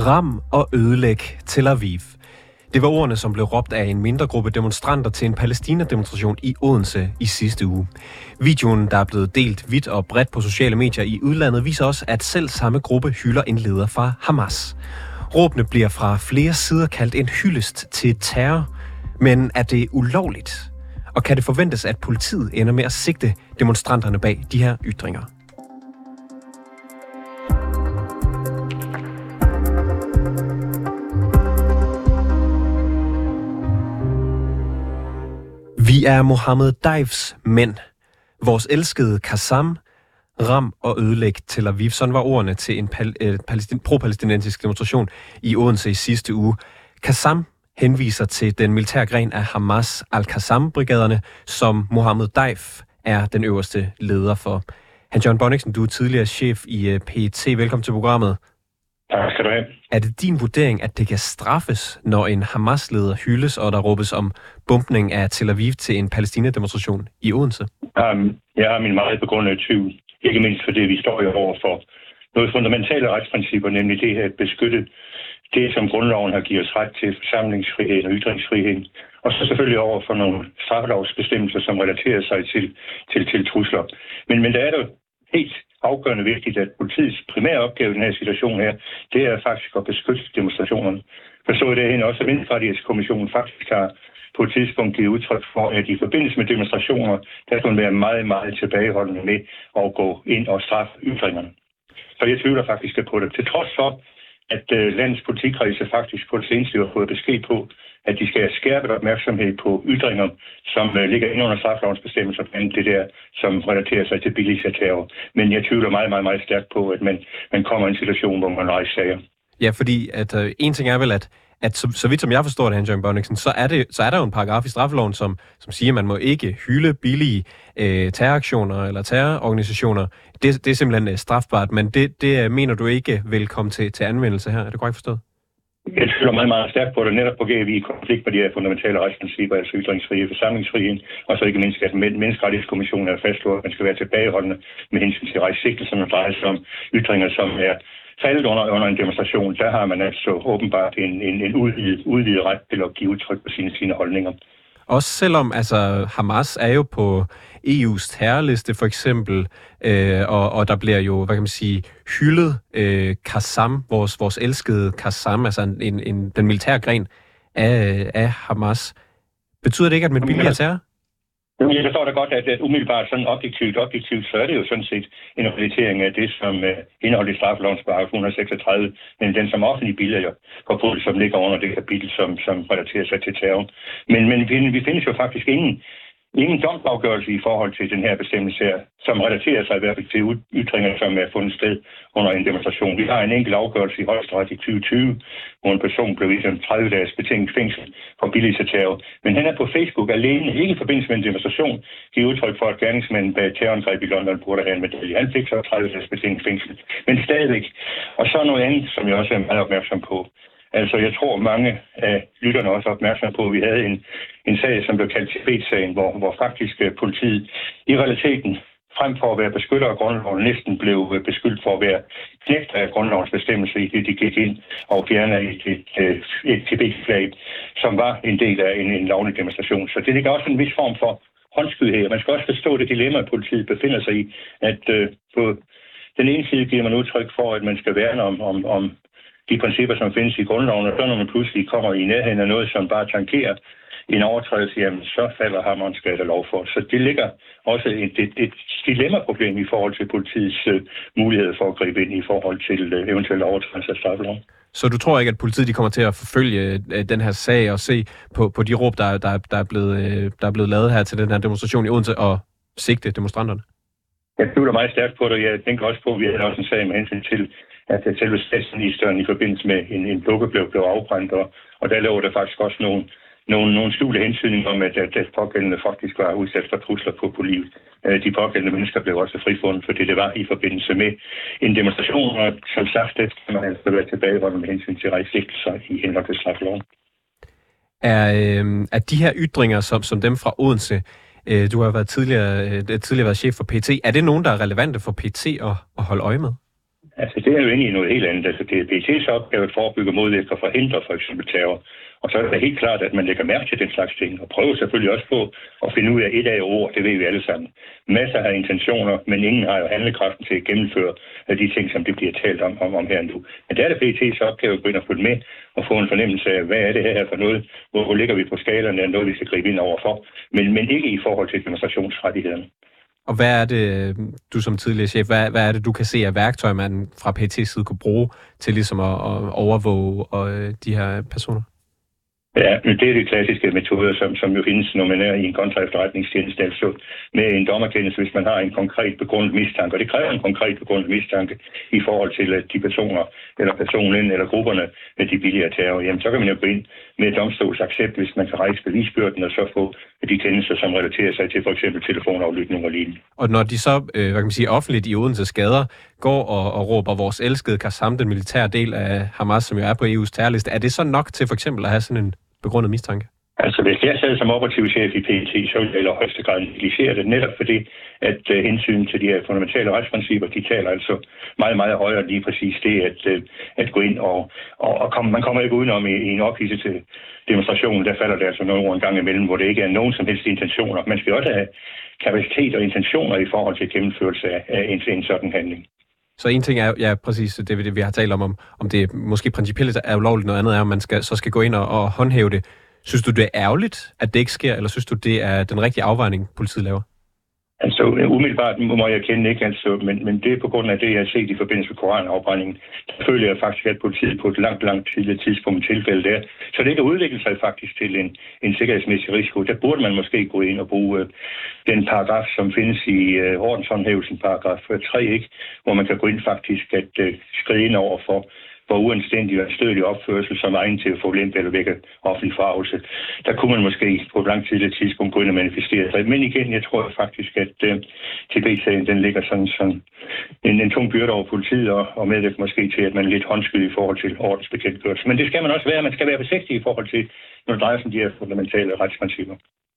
Ram og ødelæg Tel Aviv. Det var ordene, som blev råbt af en mindre gruppe demonstranter til en Palæstina-demonstration i Odense i sidste uge. Videoen, der er blevet delt vidt og bredt på sociale medier i udlandet, viser også, at selv samme gruppe hylder en leder fra Hamas. Råbene bliver fra flere sider kaldt en hyldest til terror, men er det ulovligt? Og kan det forventes, at politiet ender med at sigte demonstranterne bag de her ytringer? Vi er Mohammed Deifs mænd. Vores elskede Qassam, ram og ødelæg Tel Aviv. Sådan var ordene til en pro-palæstinensisk demonstration i Odense i sidste uge. Qassam henviser til den militære gren af Hamas al-Qassam-brigaderne, som Mohammed Deif er den øverste leder for. Hans Jørgen Bonniksen, du er tidligere chef i PET. Velkommen til programmet. Tak skal du have. Er det din vurdering, at det kan straffes, når en Hamas-leder hyldes, og der råbes om bombning af Tel Aviv til en Palæstina-demonstration i Odense? Jeg har min meget begrundede tvivl. Ikke mindst fordi vi står jo over for nogle fundamentale retsprincipper, nemlig det her at beskytte det, som grundloven har givet os ret til, forsamlingsfrihed og ytringsfrihed. Og så selvfølgelig over for nogle straffelovsbestemmelser, som relaterer sig til trusler. Men der er det helt afgørende vigtigt, at politiets primære opgave i den her situation her, det er faktisk at beskytte demonstrationerne. Forstået det hen også, at Menneskerettighedskommissionen faktisk har på et tidspunkt givet udtryk for, at i forbindelse med demonstrationer, der skal man være meget, meget tilbageholdende med at gå ind og straffe ytringerne. Så jeg tvivler faktisk på det. Til trods for, at landets politikredse faktisk på det seneste har fået besked på, at de skal have skærpet opmærksomhed på ytringer, som ligger inde under straffelovens bestemmelser, blandt det der, som relaterer sig til billigelse af terror. Men jeg tvivler meget, meget, meget stærkt på, at man kommer i en situation, hvor man rejser sager. Ja, fordi at en ting er vel, at så vidt som jeg forstår det, Hans Jørgen Bonniksen, så er der jo en paragraf i straffeloven, som siger, at man må ikke hylde billige terroraktioner eller terrororganisationer. Det er simpelthen strafbart, men det mener du ikke vil komme til anvendelse her. Er det korrekt forstået? Jeg føler meget, meget stærkt på det. Netop på vi i konflikt med de her fundamentale retsprincipper, altså ytringsfrihed, forsamlingsfrihed, og så ikke mindst, at Menneskerettighedskommissionen er fastslået, at man skal være tilbageholdende med hensyn til rejsesigtelser, som drejer sig om ytringer, som er faldet under en demonstration. Der har man altså åbenbart en udvidet ret til at give udtryk på sine holdninger. Også selvom Hamas er jo på EU's terrorliste for eksempel, og der bliver jo, hvad kan man sige, hyldet Qassam, vores elskede Qassam, altså den militære gren af Hamas. Betyder det ikke, at man billiger terror? Jeg forstår da godt, at umiddelbart sådan objektivt, så er det jo sådan set en relatering af det, som indeholder i straffelovens paragraf 136, men den som offentlig billiger forbrydelse, som ligger under det kapitel, som relaterer sig til terror. Men vi findes jo faktisk ingen domsafgørelse i forhold til den her bestemmelse her, som relaterer sig i hvert fald til ytringer, som er fundet sted under en demonstration. Vi har en enkelt afgørelse i Højesteret i 2020, hvor en person blev idømt 30 dages betinget fængsel for billigelse af terror. Men han er på Facebook alene, ikke i forbindelse med en demonstration, giver udtryk for, at gerningsmanden bag terrorangreb i London burde have en medalje. Han fik så 30 dages betinget fængsel. Men stadigvæk. Og så noget andet, som jeg også er meget opmærksom på. Altså, jeg tror, mange af lytterne også er opmærksom på, at vi havde en sag, som blev kaldt Tibet-sagen, hvor faktisk politiet i realiteten, frem for at være beskytter af grundloven, næsten blev beskyldt for at være knægter af grundlovens bestemmelse, i det de gik ind og fjernede et Tibet-flag, som var en del af en lovlig demonstration. Så det ligger også en vis form for håndskyhed. Man skal også forstå det dilemma, at politiet befinder sig i, at på den ene side giver man udtryk for, at man skal værne om de principper, som findes i grundloven, og så når man pludselig kommer i nærheden af noget, som bare tankerer en overtrædelse, jamen så falder hammeren skat af lov for. Så det ligger også et dilemma-problem i forhold til politiets mulighed for at gribe ind i forhold til eventuelle overtrædelser af straffeloven. Så du tror ikke, at politiet kommer til at forfølge den her sag og se på de råb, der er blevet lavet her til den her demonstration i Odense og sigte demonstranterne? Jeg tvivler meget stærkt på det. Jeg tænker også på, at vi havde også en sag med hensyn til, at selve statsministeren i forbindelse med en dukke blev afbrændt, og der lå der faktisk også nogle skjulte hensynninger om, at pågældende faktisk var udsat for trusler på livet. De pågældende mennesker blev også frifundet, fordi det var i forbindelse med en demonstration, og som sagt, det kan man altså være tilbageholdt med hensyn til rejsesigtelser i henhold til straffeloven. Er de her ytringer, som dem fra Odense, du har været tidligere været chef for PET, er det nogen, der er relevante for PET at holde øje med? Altså, det er jo egentlig noget helt andet. Altså, det er PET's opgave at forebygge, modvirke og forhindre for eksempel terror. Og så er det helt klart, at man lægger mærke til den slags ting, og prøver selvfølgelig også på at finde ud af et af ord, det ved vi alle sammen. Masser af intentioner, men ingen har jo handlekraften til at gennemføre de ting, som det bliver talt om her nu. Men der er det PET's opgave at gå ind og følge med og få en fornemmelse af, hvad er det her for noget, hvor ligger vi på skalaen, er noget, vi skal gribe ind overfor, men ikke i forhold til demonstrationsrettighederne. Og hvad er det, du som tidligere chef, hvad er det, du kan se af værktøj, man fra PET's side kunne bruge til ligesom at overvåge de her personer? Ja, men det er de klassiske metoder, som jo findes, når man er i en kontraefterretningstjeneste, altså med en dommerkendelse, hvis man har en konkret begrundet mistanke. Og det kræver en konkret begrundet mistanke i forhold til at de personer, eller personen, eller grupperne med de billigere terror. Jamen, så kan man jo gå ind med domstolsaccept, hvis man kan rejse bevisbyrden og så få de kendelser, som relaterer sig til for eksempel telefonaflytning og lignende. Og når de så, hvad kan man sige, offentligt i Odense gader går og råber vores elskede Qassam, den militære del af Hamas, som jo er på EU's terrorliste, er det så nok til for eksempel at have sådan en begrundet mistanke? Altså, hvis jeg sad som operativ chef i PET, så ville jeg i højeste grad negligere det, netop fordi, at hensyn til de her fundamentale retsprincipper, de taler altså meget, meget højere lige præcis det, at gå ind man kommer ikke udenom i en ophidset demonstration, der falder der altså nogle ord en gang imellem, hvor det ikke er nogen som helst intentioner. Man skal også have kapacitet og intentioner i forhold til gennemførelse af en sådan handling. Så en ting er, ja præcis, det vi har talt om det måske principielt er ulovligt, noget andet er, om man skal gå ind og håndhæve det. Synes du, det er ærgerligt, at det ikke sker, eller synes du, det er den rigtige afvejning, politiet laver? Altså, umiddelbart må jeg kende ikke, altså, men det er på grund af det, jeg har set i forbindelse med koranafbrændingen. Der føler jeg faktisk, at politiet på et langt tidligere tidspunkt tilfælde der. Så det ikke har udviklet sig faktisk til en sikkerhedsmæssig risiko. Der burde man måske gå ind og bruge den paragraf, som findes i ordenshåndhævelsen, paragraf 3, ikke? Hvor man kan gå ind faktisk at skride ind over for uanstændig og stødelig opførsel, som er egen til at få lempe eller vække offentlig forarvelse. Der kunne man måske på et langt tidligere tidspunkt gå ind og manifestere sig. Men igen, jeg tror faktisk, at TB-sagen, den ligger sådan en tung byrde over politiet og medvirker måske til, at man er lidt håndskyld i forhold til ordensbekendtgørelse. Men det skal man også være. Man skal være forsigtig i forhold til, når det drejer sig om de her fundamentale retsprincipper.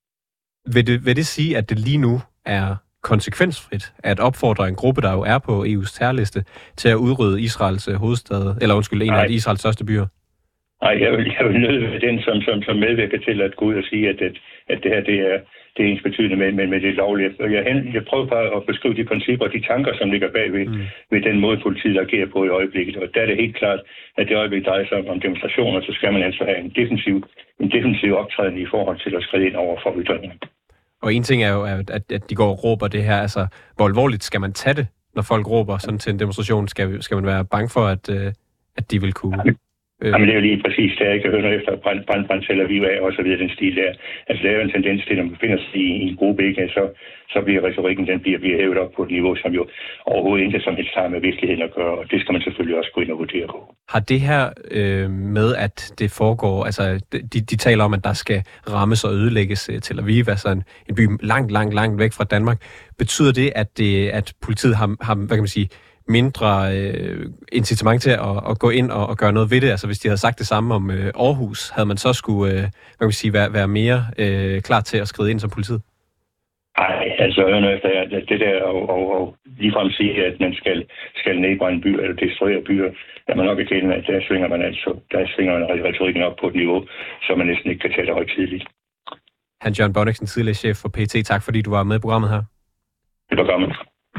Vil det sige, at det lige nu er konsekvensfrit at opfordre en gruppe, der jo er på EU's terrorliste, til at udrydde Israels hovedstad, eller en af Israels største byer? Nej, jeg vil nødt den, som medvirker til at gå ud og sige, at det her det er ens betydende med det lovlige. Jeg prøver bare at beskrive de principper og de tanker, som ligger bag ved den måde, politiet agerer på i øjeblikket. Og der er det helt klart, at det øjeblik drejer sig om demonstrationer, så skal man altså have en defensiv optræden i forhold til at skride ind over for ytringerne. Og en ting er jo, at de går og råber det her. Altså, hvor alvorligt skal man tage det, når folk råber sådan til en demonstration? Skal man være bange for, at de vil kunne... Jamen, det er jo lige præcis det, jeg kan høre efter brand Tel Aviv af, og så videre den stil der. Altså, der er jo en tendens til, at når man befinder sig i en gruppe, ikke, så bliver retorikken, den bliver hævet op på et niveau, som jo overhovedet ikke som helst har med virkeligheden at gøre, og det skal man selvfølgelig også gå ind og vurdere på. Har det her med, at det foregår, altså, de taler om, at der skal rammes og ødelægges Tel Aviv, altså en by langt væk fra Danmark, betyder det, at politiet har hvad kan man sige, mindre incitament til at gå ind og gøre noget ved det? Altså hvis de havde sagt det samme om Aarhus, havde man så skulle være mere klar til at skride ind som politiet? Nej, altså det der og ligefrem sige, at man skal nedbrænde byer eller destruere byer, der man nok erkende, at der svinger man retorikken op på et niveau, så man næsten ikke kan tage det højtideligt. Hans Jørgen Bonniksen, tidligere chef for PET. Tak fordi du var med i programmet her. Det var gammelt.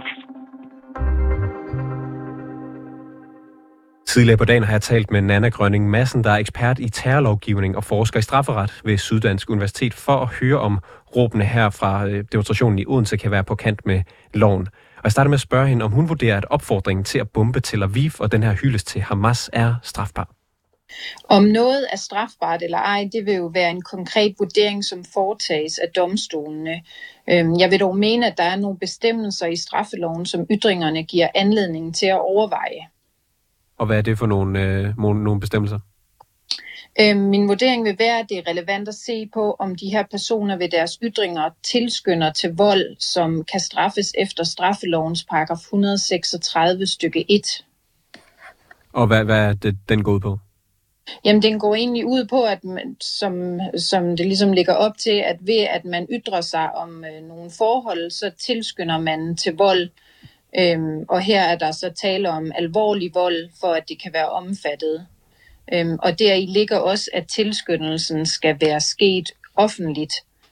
Tidligere på dagen har jeg talt med Nanna Grønning Madsen, der er ekspert i terrorlovgivning og forsker i strafferet ved Syddansk Universitet, for at høre om råbene her fra demonstrationen i Odense kan være på kant med loven. Og jeg starter med at spørge hende, om hun vurderer, at opfordringen til at bombe Tel Aviv og den her hyldest til Hamas er strafbar. Om noget er strafbart eller ej, det vil jo være en konkret vurdering, som foretages af domstolene. Jeg vil dog mene, at der er nogle bestemmelser i straffeloven, som ytringerne giver anledning til at overveje. Og hvad er det for nogle bestemmelser? Min vurdering vil være, at det er relevant at se på, om de her personer ved deres ytringer tilskynder til vold, som kan straffes efter straffelovens paragraf 136 stykke 1. Og hvad er det, den går ud på? Jamen, den går egentlig ud på, at man, som det ligesom ligger op til, at ved at man ytrer sig om nogle forhold, så tilskynder man til vold, Og her er der så tale om alvorlig vold, for at det kan være omfattet. Og deri ligger også, at tilskyndelsen skal være sket offentligt.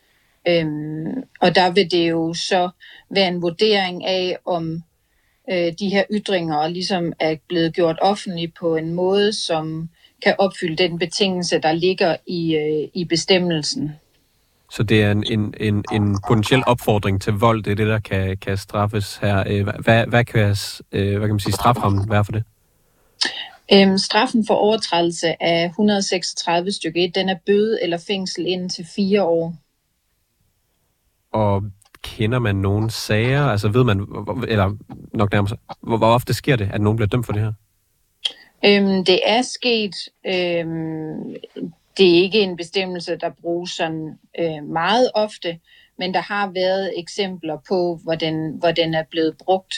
Og der vil det jo så være en vurdering af, om de her ytringer ligesom er blevet gjort offentligt på en måde, som kan opfylde den betingelse, der ligger i bestemmelsen. Så det er en potentiel opfordring til vold, det er det, der kan straffes her. Hvad kan man sige, straframmen være for det? Straffen for overtrædelse af 136 stykke 1, den er bøde eller fængsel indtil 4 år. Og kender man nogle sager? Altså ved man, eller nok nærmere, hvor ofte sker det, at nogen bliver dømt for det her? Det er sket. Det er ikke en bestemmelse, der bruges sådan meget ofte, men der har været eksempler på, hvor den er blevet brugt.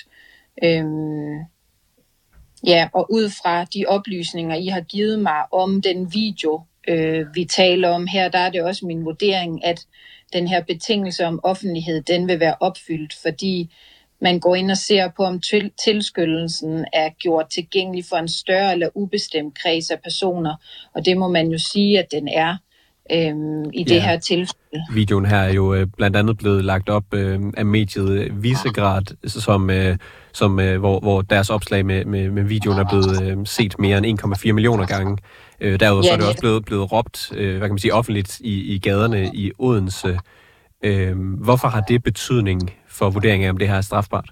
Og ud fra de oplysninger, I har givet mig om den video, vi taler om her, der er det også min vurdering, at den her betingelse om offentlighed, den vil være opfyldt, fordi man går ind og ser på, om tilskyndelsen er gjort tilgængelig for en større eller ubestemt kreds af personer, og det må man jo sige, at den er i det her tilfælde. Videoen her er jo blandt andet blevet lagt op af mediet Visegrad, hvor deres opslag med videoen er blevet set mere end 1,4 millioner gange. Derudover så er det også blevet råbt offentligt i gaderne i Odense. Hvorfor har det betydning for vurderingen af, om det her er strafbart?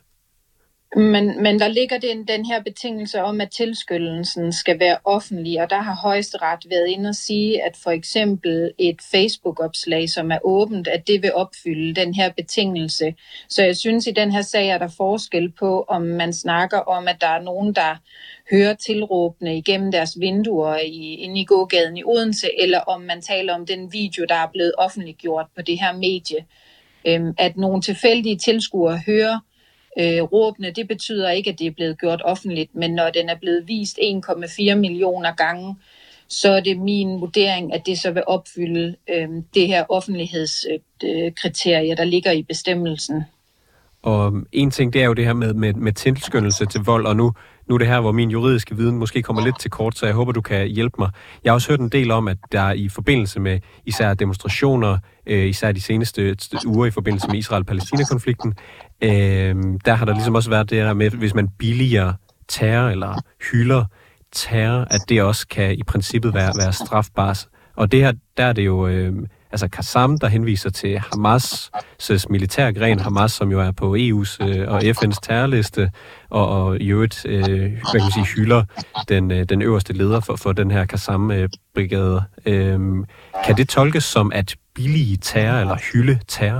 Men der ligger den her betingelse om, at tilskyndelsen skal være offentlig, og der har Højesteret været inde og sige, at for eksempel et Facebook-opslag, som er åbent, at det vil opfylde den her betingelse. Så jeg synes, i den her sag er der forskel på, om man snakker om, at der er nogen, der hører tilråbene igennem deres vinduer inde i gågaden i Odense, eller om man taler om den video, der er blevet offentliggjort på det her medie. At nogle tilfældige tilskuere hører råbene, det betyder ikke, at det er blevet gjort offentligt, men når den er blevet vist 1,4 millioner gange, så er det min vurdering, at det så vil opfylde det her offentlighedskriterie, der ligger i bestemmelsen. Og en ting, det er jo det her med tilskyndelse til vold, og nu er det her, hvor min juridiske viden måske kommer lidt til kort, så jeg håber, du kan hjælpe mig. Jeg har også hørt en del om, at der i forbindelse med især demonstrationer, især de seneste uger i forbindelse med Israel-Palæstina-konflikten, der har der ligesom også været det der med, hvis man billiger terror eller hylder terror, at det også kan i princippet være strafbart. Og det her, der er det jo Qassam, der henviser til Hamas' militærgren, Hamas, som jo er på EU's og FN's terrorliste, og i øvrigt hylder den øverste leder for den her Qassam-brigade. Kan det tolkes som at billige terror eller hylde terror?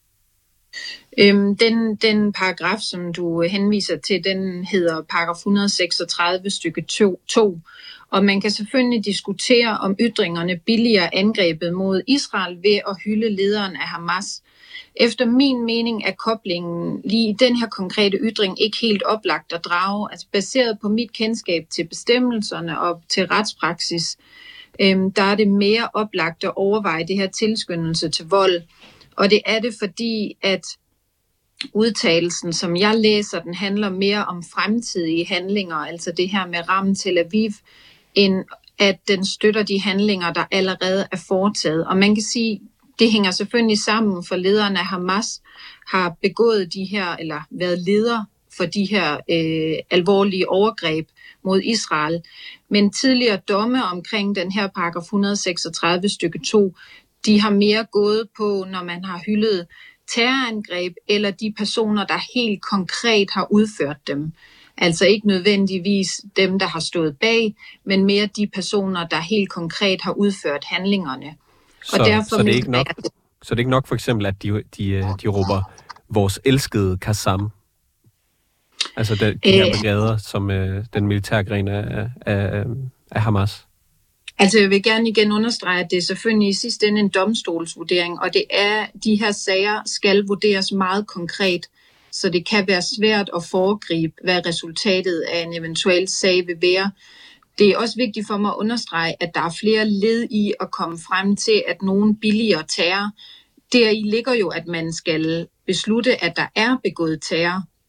Den paragraf, som du henviser til, den hedder paragraf 136 stykke 2. Og man kan selvfølgelig diskutere, om ytringerne billiger angrebet mod Israel ved at hylde lederen af Hamas. Efter min mening er koblingen lige i den her konkrete ytring ikke helt oplagt at drage. Altså baseret på mit kendskab til bestemmelserne og til retspraksis, der er det mere oplagt at overveje det her tilskyndelse til vold. Og det er det, fordi at udtalelsen, som jeg læser, den handler mere om fremtidige handlinger, altså det her med Ram Tel Aviv, end at den støtter de handlinger, der allerede er foretaget. Og man kan sige, det hænger selvfølgelig sammen, for lederen af Hamas har begået de her, eller været leder for de her alvorlige overgreb mod Israel. Men tidligere domme omkring den her paragraf 136 stykke 2, de har mere gået på, når man har hyldet terrorangreb, eller de personer, der helt konkret har udført dem. Altså ikke nødvendigvis dem, der har stået bag, men mere de personer, der helt konkret har udført handlingerne. Så det er ikke nok, så det er ikke nok for eksempel, at de råber vores elskede Qassam? Altså de her brigader, som den militærgren af Hamas? Altså jeg vil gerne igen understrege, at det er selvfølgelig i sidste ende en domstolsvurdering, og det er, de her sager skal vurderes meget konkret, så det kan være svært at foregribe, hvad resultatet af en eventuel sag vil være. Det er også vigtigt for mig at understrege, at der er flere led i at komme frem til, at nogen billiger terror. Deri ligger jo, at man skal beslutte, at der er begået terror.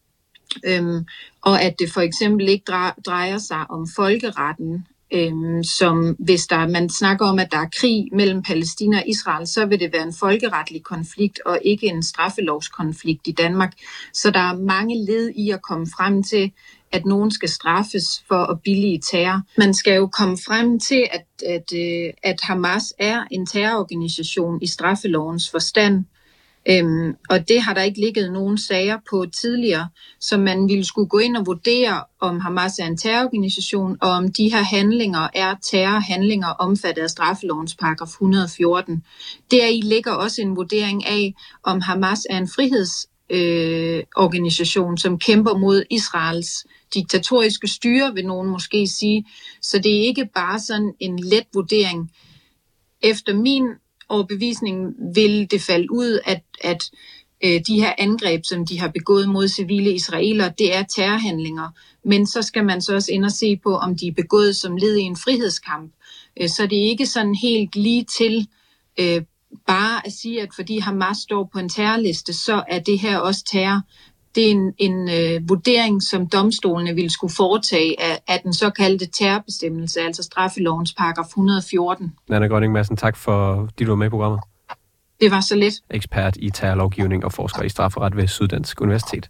Og at det for eksempel ikke drejer sig om folkeretten, som hvis man snakker om, at der er krig mellem Palæstina og Israel, så vil det være en folkeretlig konflikt og ikke en straffelovskonflikt i Danmark. Så der er mange led i at komme frem til, at nogen skal straffes for at billige terror. Man skal jo komme frem til, at Hamas er en terrororganisation i straffelovens forstand. Og det har der ikke ligget nogen sager på tidligere, så man ville skulle gå ind og vurdere, om Hamas er en terrororganisation, og om de her handlinger er terrorhandlinger omfattet af straffelovens paragraf 114. Deri ligger også en vurdering af, om Hamas er en frihedsorganisation, som kæmper mod Israels diktatoriske styre, vil nogen måske sige. Så det er ikke bare sådan en let vurdering. Efter min overbevisning vil det falde ud, at de her angreb, som de har begået mod civile israelere, det er terrorhandlinger. Men så skal man så også ind og se på, om de er begået som led i en frihedskamp. Så det er ikke sådan helt lige til bare at sige, at fordi Hamas står på en terrorliste, så er det her også terror. Det er en vurdering, som domstolene ville skulle foretage af den såkaldte terrorbestemmelse, altså straffelovens paragraf 114. Nanna Grønning Madsen, tak for, at du var med i programmet. Det var så lidt. Ekspert i terrorlovgivning og forsker i strafferet ved Syddansk Universitet.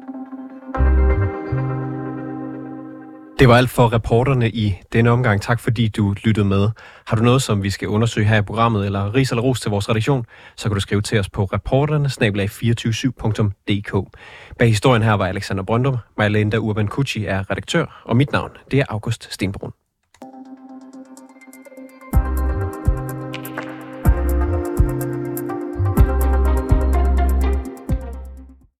Det var alt for reporterne i denne omgang. Tak fordi du lyttede med. Har du noget, som vi skal undersøge her i programmet, eller ris eller ros til vores redaktion, så kan du skrive til os på reporterne@247.dk. Bag historien her var Alexander Brøndum, Majlenda Urban Kucci er redaktør, og mit navn det er August Stenbrun.